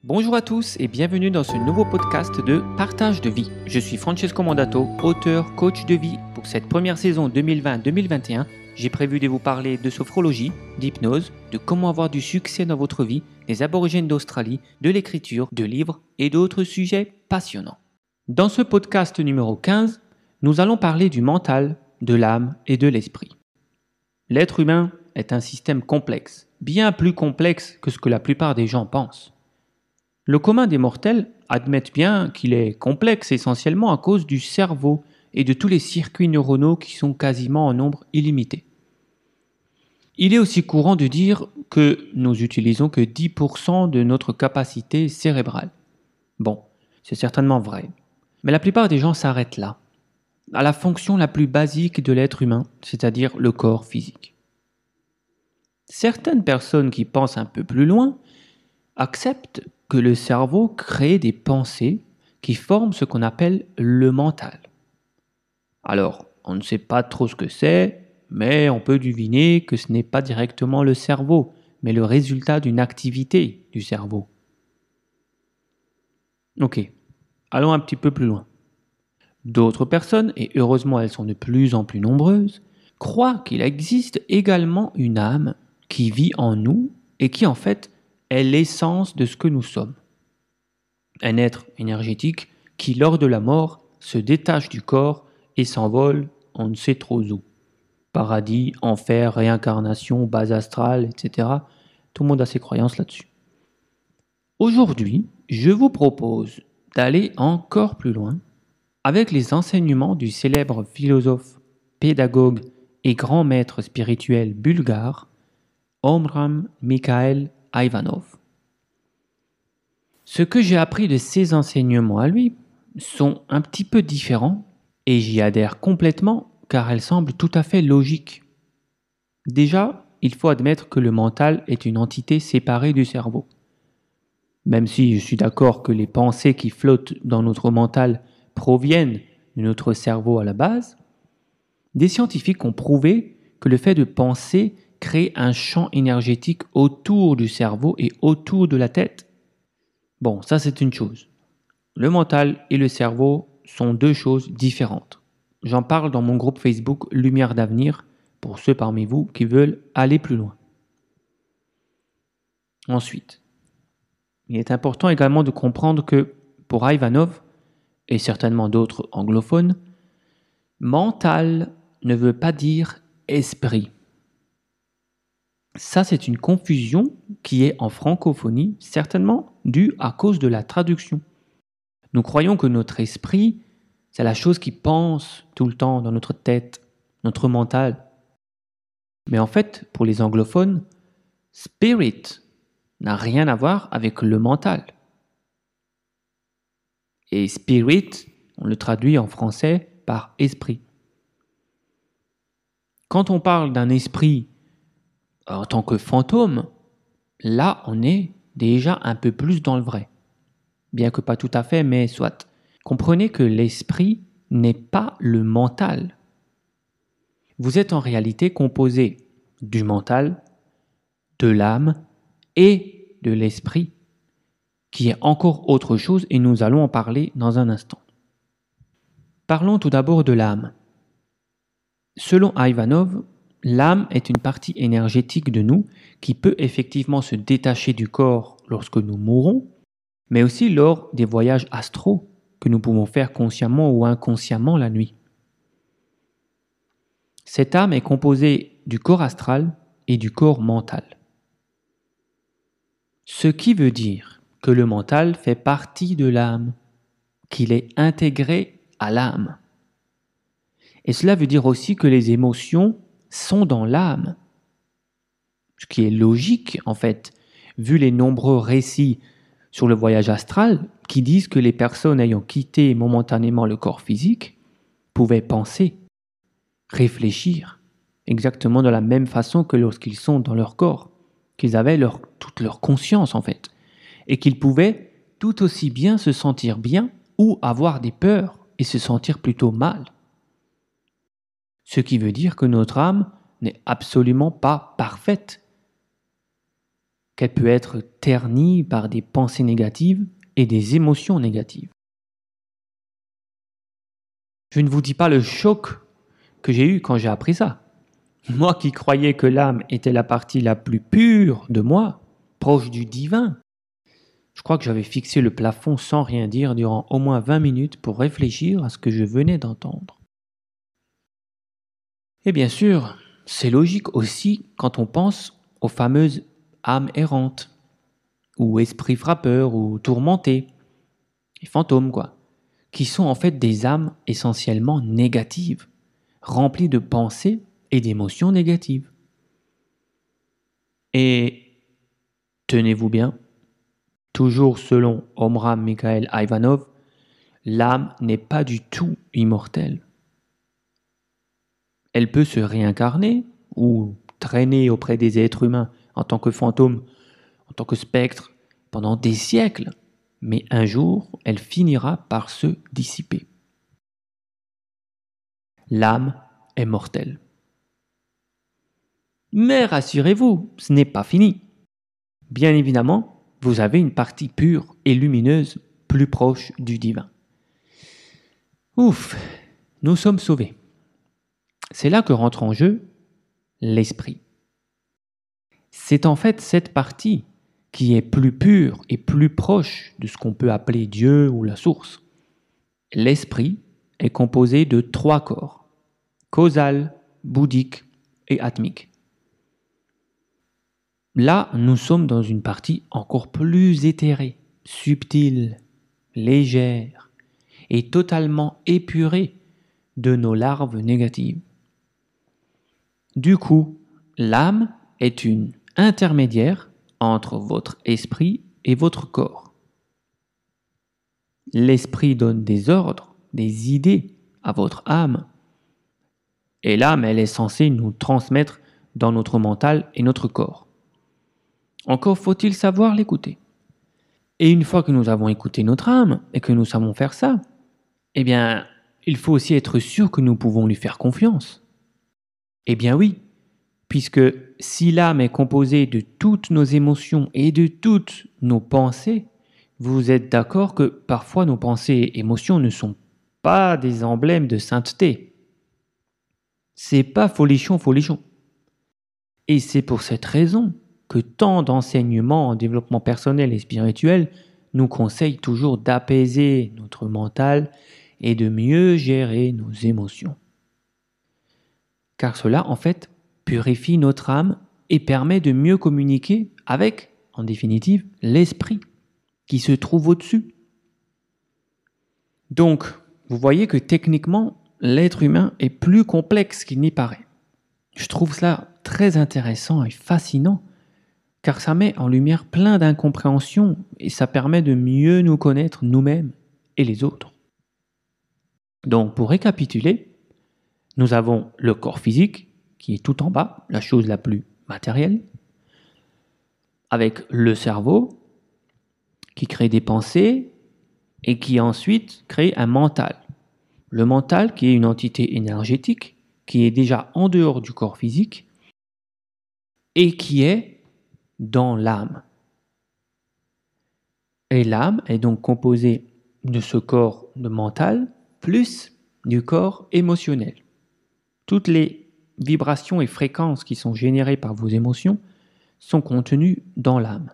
Bonjour à tous et bienvenue dans ce nouveau podcast de Partage de vie. Je suis Francesco Mondato, auteur, coach de vie. Pour cette première saison 2020-2021, j'ai prévu de vous parler de sophrologie, d'hypnose, de comment avoir du succès dans votre vie, des aborigènes d'Australie, de l'écriture, de livres et d'autres sujets passionnants. Dans ce podcast numéro 15, nous allons parler du mental, de l'âme et de l'esprit. L'être humain est un système complexe, bien plus complexe que ce que la plupart des gens pensent. Le commun des mortels admettent bien qu'il est complexe essentiellement à cause du cerveau et de tous les circuits neuronaux qui sont quasiment en nombre illimité. Il est aussi courant de dire que nous utilisons que 10% de notre capacité cérébrale. Bon, c'est certainement vrai. Mais la plupart des gens s'arrêtent là, à la fonction la plus basique de l'être humain, c'est-à-dire le corps physique. Certaines personnes qui pensent un peu plus loin acceptent que le cerveau crée des pensées qui forment ce qu'on appelle le mental. Alors, on ne sait pas trop ce que c'est, mais on peut deviner que ce n'est pas directement le cerveau, mais le résultat d'une activité du cerveau. Ok, allons un petit peu plus loin. D'autres personnes, et heureusement elles sont de plus en plus nombreuses, croient qu'il existe également une âme qui vit en nous et qui en fait est l'essence de ce que nous sommes. Un être énergétique qui, lors de la mort, se détache du corps et s'envole on ne sait trop où. Paradis, enfer, réincarnation, base astrale, etc. Tout le monde a ses croyances là-dessus. Aujourd'hui, je vous propose d'aller encore plus loin avec les enseignements du célèbre philosophe, pédagogue et grand maître spirituel bulgare, Omraam Mikhaël Aïvanhov. Ce que j'ai appris de ses enseignements à lui sont un petit peu différents et j'y adhère complètement car elles semblent tout à fait logiques. Déjà, il faut admettre que le mental est une entité séparée du cerveau. Même si je suis d'accord que les pensées qui flottent dans notre mental proviennent de notre cerveau à la base, des scientifiques ont prouvé que le fait de penser crée un champ énergétique autour du cerveau et autour de la tête. Bon, ça c'est une chose. Le mental et le cerveau sont deux choses différentes. J'en parle dans mon groupe Facebook Lumière d'avenir pour ceux parmi vous qui veulent aller plus loin. Ensuite, il est important également de comprendre que pour Aïvanhov et certainement d'autres anglophones, mental ne veut pas dire esprit. Ça, c'est une confusion qui est en francophonie certainement due à cause de la traduction. Nous croyons que notre esprit, c'est la chose qui pense tout le temps dans notre tête, notre mental. Mais en fait, pour les anglophones, spirit n'a rien à voir avec le mental. Et spirit, on le traduit en français par esprit. Quand on parle d'un esprit en tant que fantôme, là, on est déjà un peu plus dans le vrai. Bien que pas tout à fait, mais soit. Comprenez que l'esprit n'est pas le mental. Vous êtes en réalité composé du mental, de l'âme et de l'esprit, qui est encore autre chose et nous allons en parler dans un instant. Parlons tout d'abord de l'âme. Selon Aïvanhov, l'âme est une partie énergétique de nous qui peut effectivement se détacher du corps lorsque nous mourons, mais aussi lors des voyages astraux que nous pouvons faire consciemment ou inconsciemment la nuit. Cette âme est composée du corps astral et du corps mental. Ce qui veut dire que le mental fait partie de l'âme, qu'il est intégré à l'âme. Et cela veut dire aussi que les émotions sont dans l'âme. Ce qui est logique en fait, vu les nombreux récits sur le voyage astral qui disent que les personnes ayant quitté momentanément le corps physique pouvaient penser, réfléchir, exactement de la même façon que lorsqu'ils sont dans leur corps, qu'ils avaient toute leur conscience en fait, et qu'ils pouvaient tout aussi bien se sentir bien ou avoir des peurs et se sentir plutôt mal. Ce qui veut dire que notre âme n'est absolument pas parfaite. qu'elle peut être ternie par des pensées négatives et des émotions négatives. Je ne vous dis pas le choc que j'ai eu quand j'ai appris ça. Moi qui croyais que l'âme était la partie la plus pure de moi, proche du divin, je crois que j'avais fixé le plafond sans rien dire durant au moins 20 minutes pour réfléchir à ce que je venais d'entendre. Et bien sûr, c'est logique aussi quand on pense aux fameuses âmes errantes, ou esprits frappeurs, ou tourmentés, les fantômes quoi, qui sont en fait des âmes essentiellement négatives, remplies de pensées et d'émotions négatives. Et tenez-vous bien, toujours selon Omram Mikhail Ivanov, l'âme n'est pas du tout immortelle. Elle peut se réincarner ou traîner auprès des êtres humains en tant que fantôme, en tant que spectre, pendant des siècles, mais un jour, elle finira par se dissiper. L'âme est mortelle. Mais rassurez-vous, ce n'est pas fini. Bien évidemment, vous avez une partie pure et lumineuse plus proche du divin. Ouf, nous sommes sauvés. C'est là que rentre en jeu l'esprit. C'est en fait cette partie qui est plus pure et plus proche de ce qu'on peut appeler Dieu ou la source. L'esprit est composé de 3 corps, causal, bouddhique et atmique. Là, nous sommes dans une partie encore plus éthérée, subtile, légère et totalement épurée de nos larves négatives. Du coup, l'âme est une intermédiaire entre votre esprit et votre corps. L'esprit donne des ordres, des idées à votre âme. Et l'âme, elle est censée nous transmettre dans notre mental et notre corps. Encore faut-il savoir l'écouter. Et une fois que nous avons écouté notre âme et que nous savons faire ça, eh bien, il faut aussi être sûr que nous pouvons lui faire confiance. Eh bien oui, puisque si l'âme est composée de toutes nos émotions et de toutes nos pensées, vous êtes d'accord que parfois nos pensées et émotions ne sont pas des emblèmes de sainteté. C'est pas folichon. Et c'est pour cette raison que tant d'enseignements en développement personnel et spirituel nous conseillent toujours d'apaiser notre mental et de mieux gérer nos émotions. Car cela, en fait, purifie notre âme et permet de mieux communiquer avec, en définitive, l'esprit qui se trouve au-dessus. Donc, vous voyez que techniquement, l'être humain est plus complexe qu'il n'y paraît. Je trouve cela très intéressant et fascinant, car ça met en lumière plein d'incompréhensions et ça permet de mieux nous connaître nous-mêmes et les autres. Donc, pour récapituler, nous avons le corps physique, qui est tout en bas, la chose la plus matérielle, avec le cerveau, qui crée des pensées et qui ensuite crée un mental. Le mental qui est une entité énergétique, qui est déjà en dehors du corps physique et qui est dans l'âme. Et l'âme est donc composée de ce corps de mental plus du corps émotionnel. Toutes les vibrations et fréquences qui sont générées par vos émotions sont contenues dans l'âme.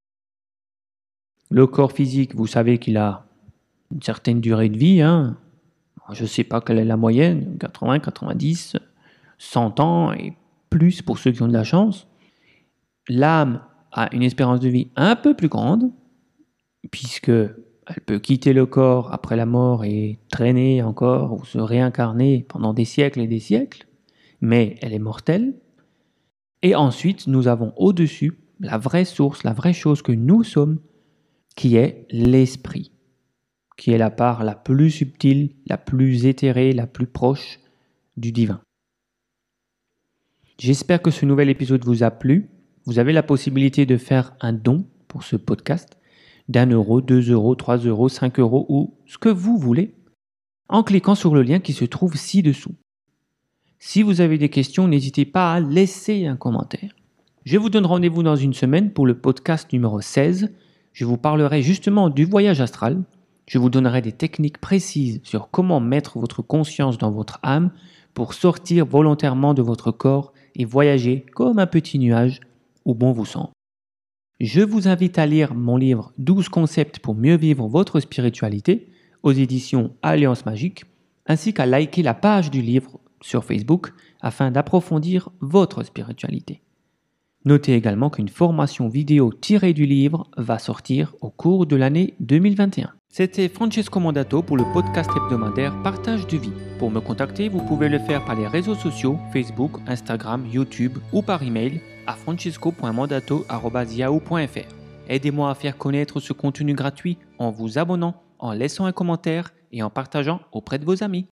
Le corps physique, vous savez qu'il a une certaine durée de vie. Je ne sais pas quelle est la moyenne, 80, 90, 100 ans et plus pour ceux qui ont de la chance. L'âme a une espérance de vie un peu plus grande, puisqu'elle peut quitter le corps après la mort et traîner encore ou se réincarner pendant des siècles et des siècles, mais elle est mortelle. Et ensuite, nous avons au-dessus la vraie source, la vraie chose que nous sommes, qui est l'esprit, qui est la part la plus subtile, la plus éthérée, la plus proche du divin. J'espère que ce nouvel épisode vous a plu. Vous avez la possibilité de faire un don pour ce podcast d'1 euro, 2 euros, 3 euros, 5 euros ou ce que vous voulez en cliquant sur le lien qui se trouve ci-dessous. Si vous avez des questions, n'hésitez pas à laisser un commentaire. Je vous donne rendez-vous dans une semaine pour le podcast numéro 16. Je vous parlerai justement du voyage astral. Je vous donnerai des techniques précises sur comment mettre votre conscience dans votre âme pour sortir volontairement de votre corps et voyager comme un petit nuage où bon vous semble. Je vous invite à lire mon livre 12 concepts pour mieux vivre votre spiritualité aux éditions Alliance Magique, ainsi qu'à liker la page du livre sur Facebook afin d'approfondir votre spiritualité. Notez également qu'une formation vidéo tirée du livre va sortir au cours de l'année 2021. C'était Francesco Mandato pour le podcast hebdomadaire Partage de vie. Pour me contacter, vous pouvez le faire par les réseaux sociaux, Facebook, Instagram, YouTube ou par email à francesco.mandato@yahoo.fr. Aidez-moi à faire connaître ce contenu gratuit en vous abonnant, en laissant un commentaire et en partageant auprès de vos amis.